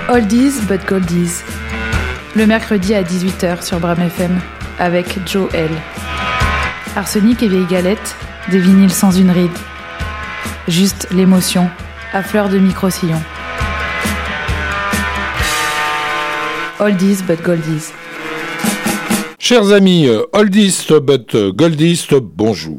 Oldies but Goldies, le mercredi à 18h sur Bram FM, avec Joe L. Arsenic et vieilles galettes, des vinyles sans une ride. Juste l'émotion, à fleur de micro-sillon. Oldies but Goldies. Chers amis, Oldies but Goldies, bonjour.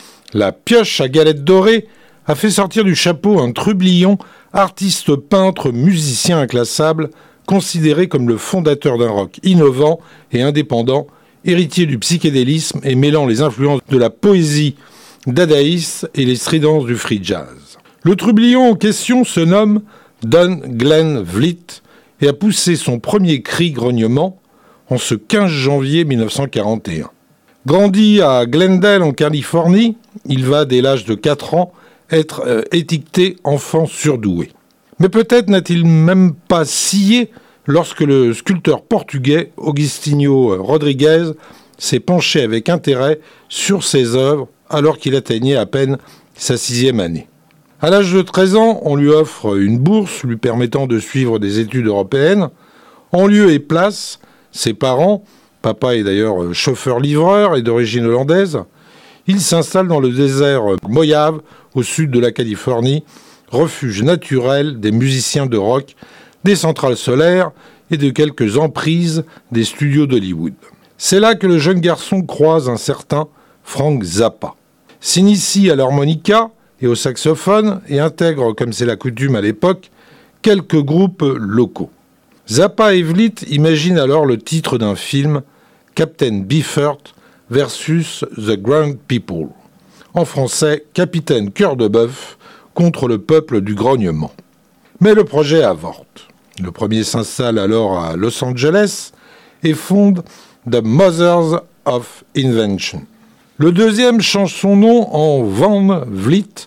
La pioche à galettes dorées a fait sortir du chapeau un trublion, artiste peintre, musicien inclassable, considéré comme le fondateur d'un rock innovant et indépendant, héritier du psychédélisme et mêlant les influences de la poésie dadaïste et les stridences du free jazz. Le trublion en question se nomme Don Glenn Vliet et a poussé son premier cri grognement en ce 15 janvier 1941. Grandi à Glendale en Californie, il va dès l'âge de 4 ans être étiqueté enfant surdoué. Mais peut-être n'a-t-il même pas scié lorsque le sculpteur portugais Agostinho Rodrigues s'est penché avec intérêt sur ses œuvres alors qu'il atteignait à peine sa 6e année. À l'âge de 13 ans, on lui offre une bourse lui permettant de suivre des études européennes. En lieu et place, ses parents, papa est d'ailleurs chauffeur-livreur et d'origine hollandaise, il s'installe dans le désert Mojave, au sud de la Californie, refuge naturel des musiciens de rock, des centrales solaires et de quelques emprises des studios d'Hollywood. C'est là que le jeune garçon croise un certain Frank Zappa. S'initie à l'harmonica et au saxophone et intègre, comme c'est la coutume à l'époque, quelques groupes locaux. Zappa et Vliet imaginent alors le titre d'un film, Captain Beefheart versus The Ground People. En français, Capitaine Cœur de Bœuf contre le peuple du grognement. Mais le projet avorte. Le premier s'installe alors à Los Angeles et fonde The Mothers of Invention. Le deuxième change son nom en Van Vliet,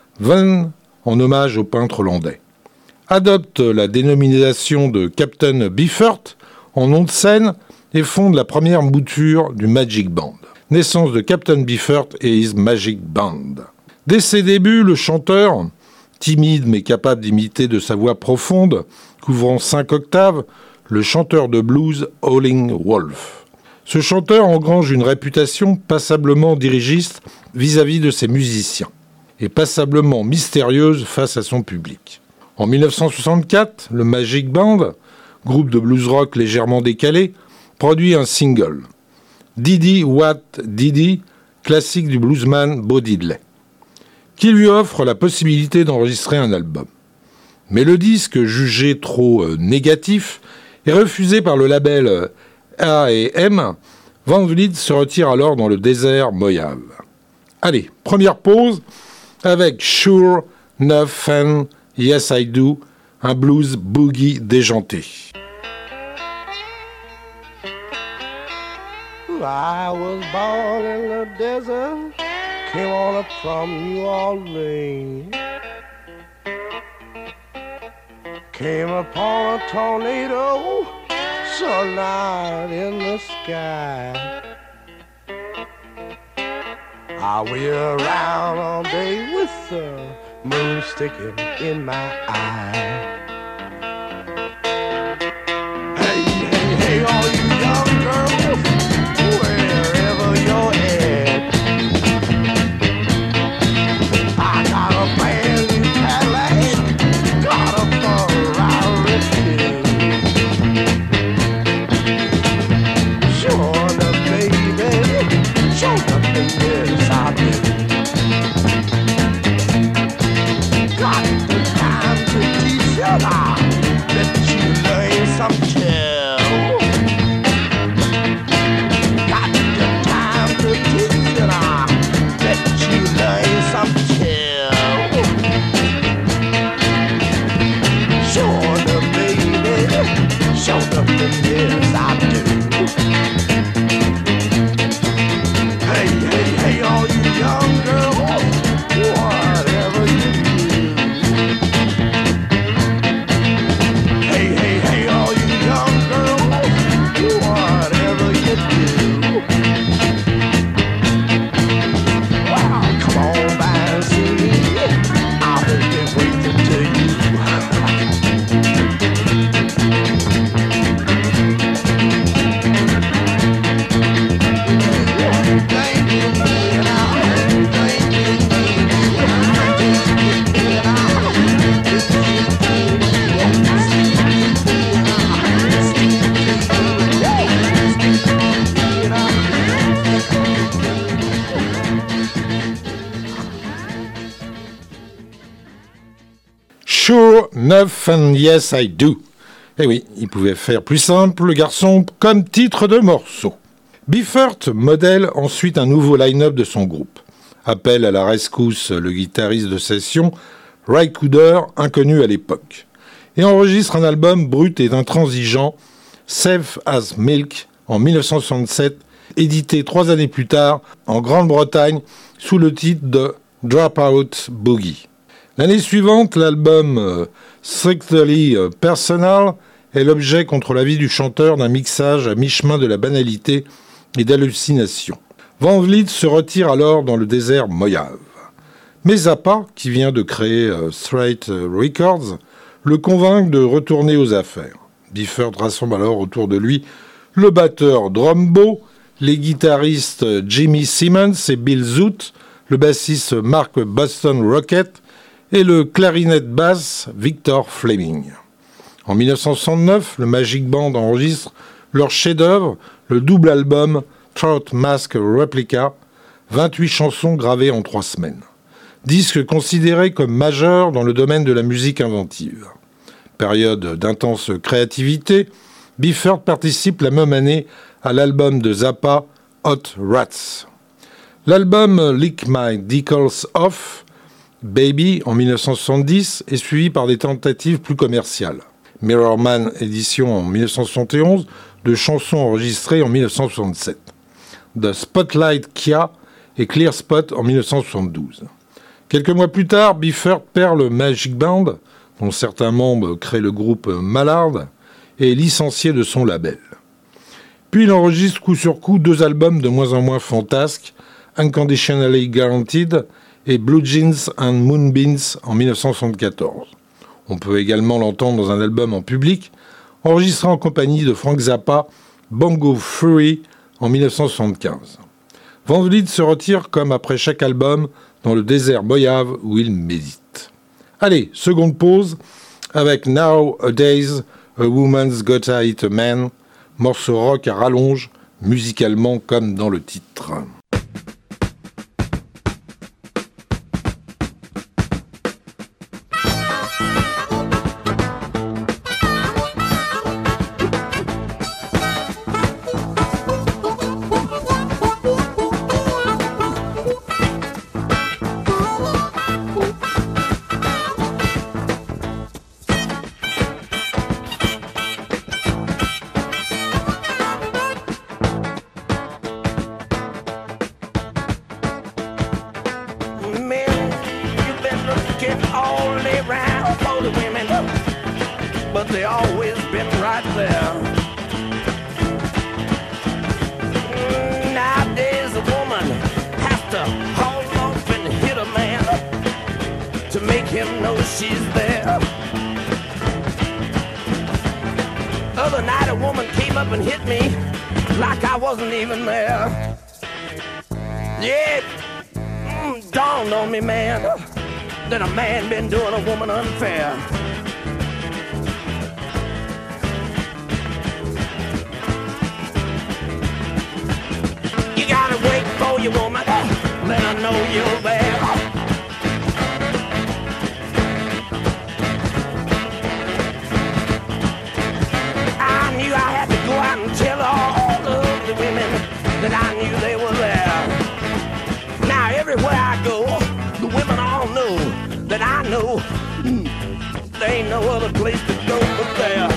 Van en hommage au peintre hollandais. Adopte la dénomination de Captain Beefheart en nom de scène et fonde la première mouture du Magic Band. Naissance de Captain Beefheart et His Magic Band. Dès ses débuts, le chanteur, timide mais capable d'imiter de sa voix profonde, couvrant 5 octaves, le chanteur de blues Howlin' Wolf. Ce chanteur engrange une réputation passablement dirigiste vis-à-vis de ses musiciens et passablement mystérieuse face à son public. En 1964, le Magic Band, groupe de blues rock légèrement décalé, produit un single, Diddy What Diddy, classique du bluesman Bo Diddley, qui lui offre la possibilité d'enregistrer un album. Mais le disque, jugé trop négatif, est refusé par le label A&M. Van Vliet se retire alors dans le désert Mojave. Allez, première pause avec Sure Nothing, Yes I Do, un blues boogie déjanté. I was born in the desert, came on up from New Orleans. Came upon a tornado, sunlight in the sky. I wheel around all day with the moon sticking in my eye. Hey, hey, hey, all you young girls, wherever you're at, I got a brand new Cadillac, got a Ferrari too. Sure enough, baby, sure enough, yes I do. Got the time to teach you now, let you learn some chill. Got the time to teach you now, let you learn some chill. Sure the baby, sure the yes I do. Hey, hey, hey, all you young girls, whatever you do. 9 and Yes I Do. Eh oui, il pouvait faire plus simple, le garçon, comme titre de morceau. Biffert modèle ensuite un nouveau line-up de son groupe. Appelle à la rescousse le guitariste de session, Ry Cooder, inconnu à l'époque, et enregistre un album brut et intransigeant, Safe as Milk, en 1967, édité 3 années plus tard en Grande-Bretagne sous le titre de Dropout Boogie. L'année suivante, l'album Strictly Personal est l'objet contre l'avis du chanteur d'un mixage à mi-chemin de la banalité et d'hallucination. Van Vliet se retire alors dans le désert Mojave. Mais Zappa, qui vient de créer Straight Records, le convainc de retourner aux affaires. Biffert rassemble alors autour de lui le batteur Drumbo, les guitaristes Jimmy Simmons et Bill Zoot, le bassiste Mark Boston Rocket et le clarinette basse Victor Fleming. En 1969, le Magic Band enregistre leur chef-d'œuvre, le double album Trout Mask Replica, 28 chansons gravées en 3 semaines. Disque considéré comme majeur dans le domaine de la musique inventive. Période d'intense créativité, Biffert participe la même année à l'album de Zappa, Hot Rats. L'album Lick My Dickles Off, Baby, en 1970, est suivi par des tentatives plus commerciales. Mirrorman édition en 1971, de chansons enregistrées en 1967. The Spotlight Kia et Clear Spot en 1972. Quelques mois plus tard, Biffert perd le Magic Band, dont certains membres créent le groupe Mallard, et est licencié de son label. Puis il enregistre coup sur coup 2 albums de moins en moins fantasques, Unconditionally Guaranteed et Blue Jeans and Moonbeams en 1974. On peut également l'entendre dans un album en public, enregistré en compagnie de Frank Zappa, Bongo Fury, en 1975. Van Vliet se retire comme après chaque album dans le désert Mojave où il médite. Allez, seconde pause avec Nowadays, A Woman's Gotta Eat a Man, morceau rock à rallonge, musicalement comme dans le titre. That a man been doing a woman unfair. You gotta wait for your woman, let her know you're there. I knew I had to go out and tell all of the women that I knew they were there. Now everywhere I go, the women all know that I know there ain't no other place to go but there.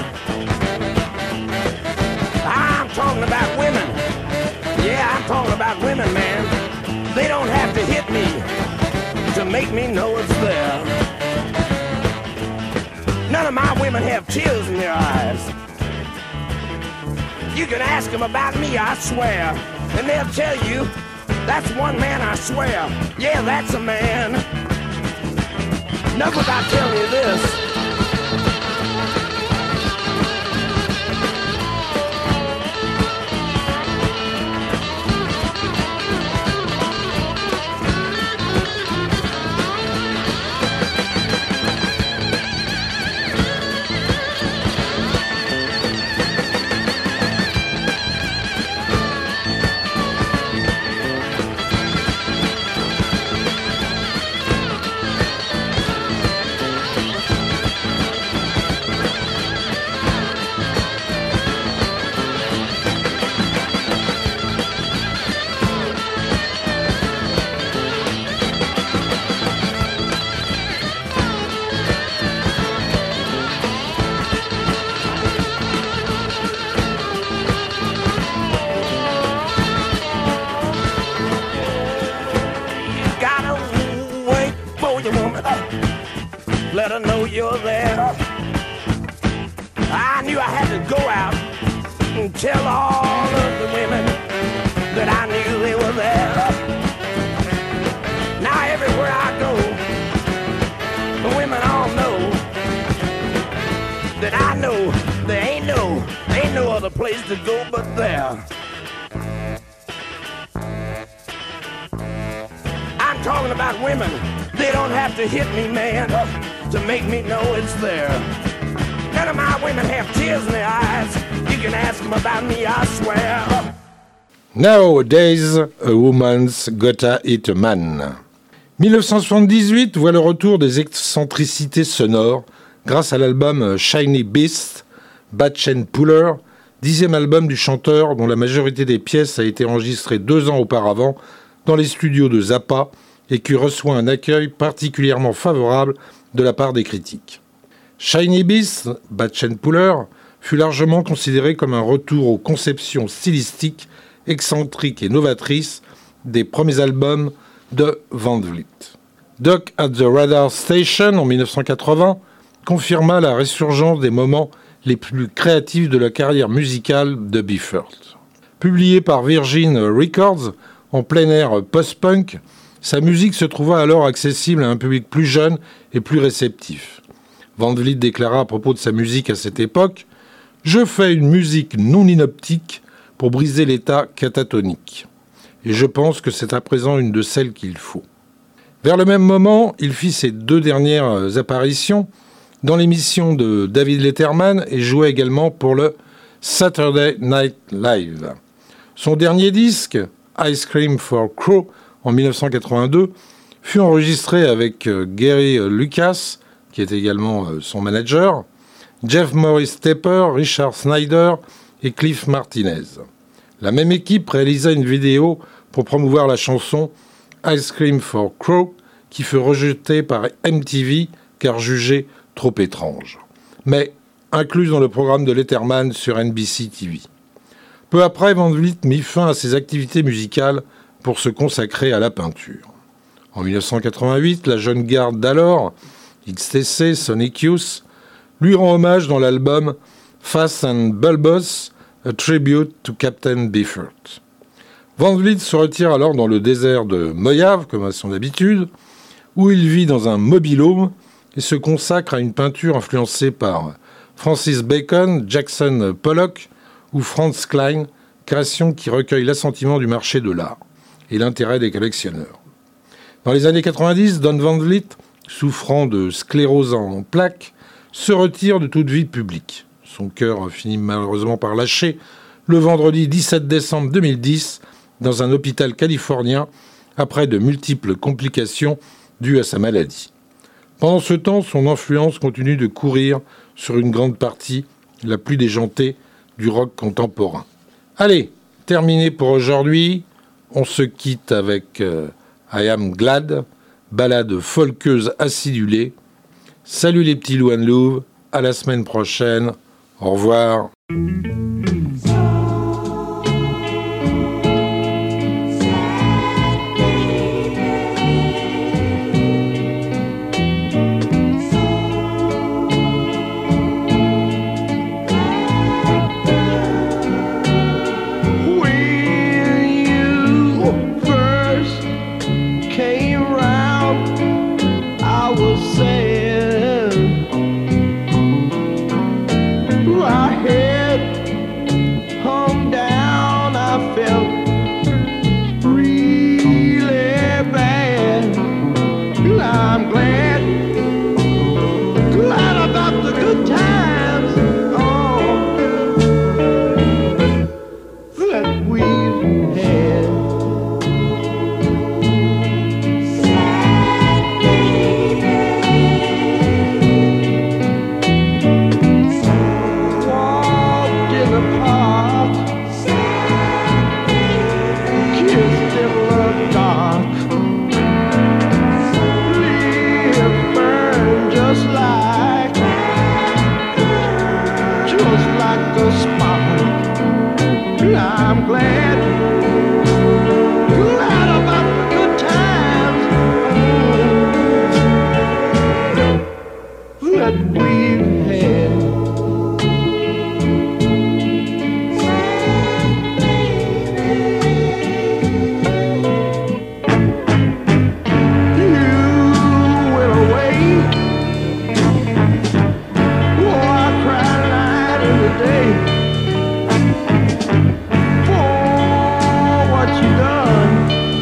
I'm talking about women. Yeah, I'm talking about women, man. They don't have to hit me to make me know it's there. None of my women have tears in their eyes. You can ask them about me, I swear, and they'll tell you, that's one man, I swear. Yeah, that's a man. Enough about telling you this. better know you're there. I knew I had to go out and tell all of the women that I knew they were there. Now everywhere I go, the women all know that I know there ain't no other place to go but there. I'm talking about women. They don't have to hit me, man, to make me know it's there. None of my women have tears in their eyes. You can ask them about me, I swear. Nowadays, a woman's gotta eat a man. 1978 voit le retour des excentricités sonores grâce à l'album Shiny Beast, Batch and Puller, 10e album du chanteur dont la majorité des pièces a été enregistrée 2 ans auparavant dans les studios de Zappa et qui reçoit un accueil particulièrement favorable de la part des critiques. Shiny Beast, Batch and Puller, fut largement considéré comme un retour aux conceptions stylistiques, excentriques et novatrices des premiers albums de Van Vliet. Doc at the Radar Station en 1980 confirma la résurgence des moments les plus créatifs de la carrière musicale de Biffert. Publié par Virgin Records en plein air post-punk, sa musique se trouva alors accessible à un public plus jeune et plus réceptif. Van Vliet déclara à propos de sa musique à cette époque « Je fais une musique non inoptique pour briser l'état catatonique. Et je pense que c'est à présent une de celles qu'il faut. » Vers le même moment, il fit ses 2 dernières apparitions dans l'émission de David Letterman et jouait également pour le Saturday Night Live. Son dernier disque, Ice Cream for Crow, en 1982, fut enregistré avec Gary Lucas, qui est également son manager, Jeff Morris Tepper, Richard Snyder et Cliff Martinez. La même équipe réalisa une vidéo pour promouvoir la chanson Ice Cream for Crow, qui fut rejetée par MTV car jugée trop étrange, mais incluse dans le programme de Letterman sur NBC TV. Peu après, Van Vliet mit fin à ses activités musicales pour se consacrer à la peinture. En 1988, la jeune garde d'alors, XTC, Sonic Youth, lui rend hommage dans l'album Fast and Bulbous, A Tribute to Captain Biffert. Van Vliet se retire alors dans le désert de Mojave, comme à son habitude, où il vit dans un mobil-home et se consacre à une peinture influencée par Francis Bacon, Jackson Pollock ou Franz Klein, création qui recueille l'assentiment du marché de l'art et l'intérêt des collectionneurs. Dans les années 90, Don Van Vliet, souffrant de sclérose en plaques, se retire de toute vie publique. Son cœur finit malheureusement par lâcher le vendredi 17 décembre 2010 dans un hôpital californien après de multiples complications dues à sa maladie. Pendant ce temps, son influence continue de courir sur une grande partie, la plus déjantée, du rock contemporain. Allez, terminé pour aujourd'hui. On se quitte avec I Am Glad, ballade folkeuse acidulée. Salut les petits loups and louves, à la semaine prochaine. Au revoir. day for what you done.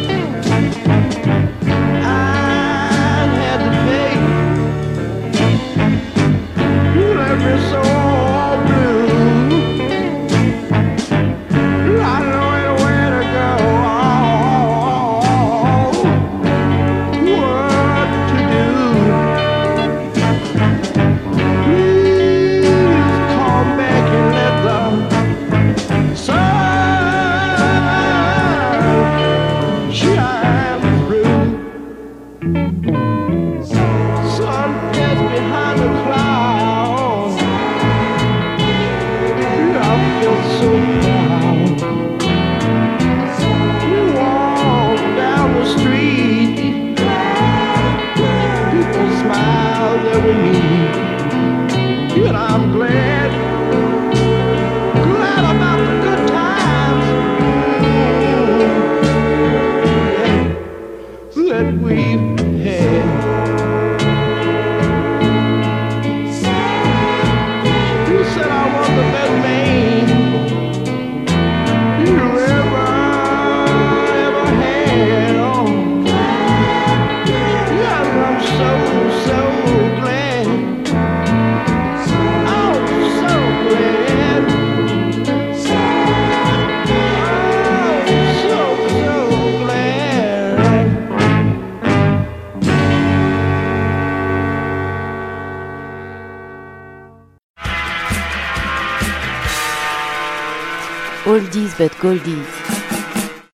I had to pay. You left me so blue. I know where to go. What to do? Please come back and let the sun shine through. Sun gets behind the clouds. I feel so proud. We walk down the street. People smile that we meet. And I'm glad about the good times that we've had. You said I was the best man you ever had. Oh, yeah, I'm so glad. I'm so glad. Oldies but goldies.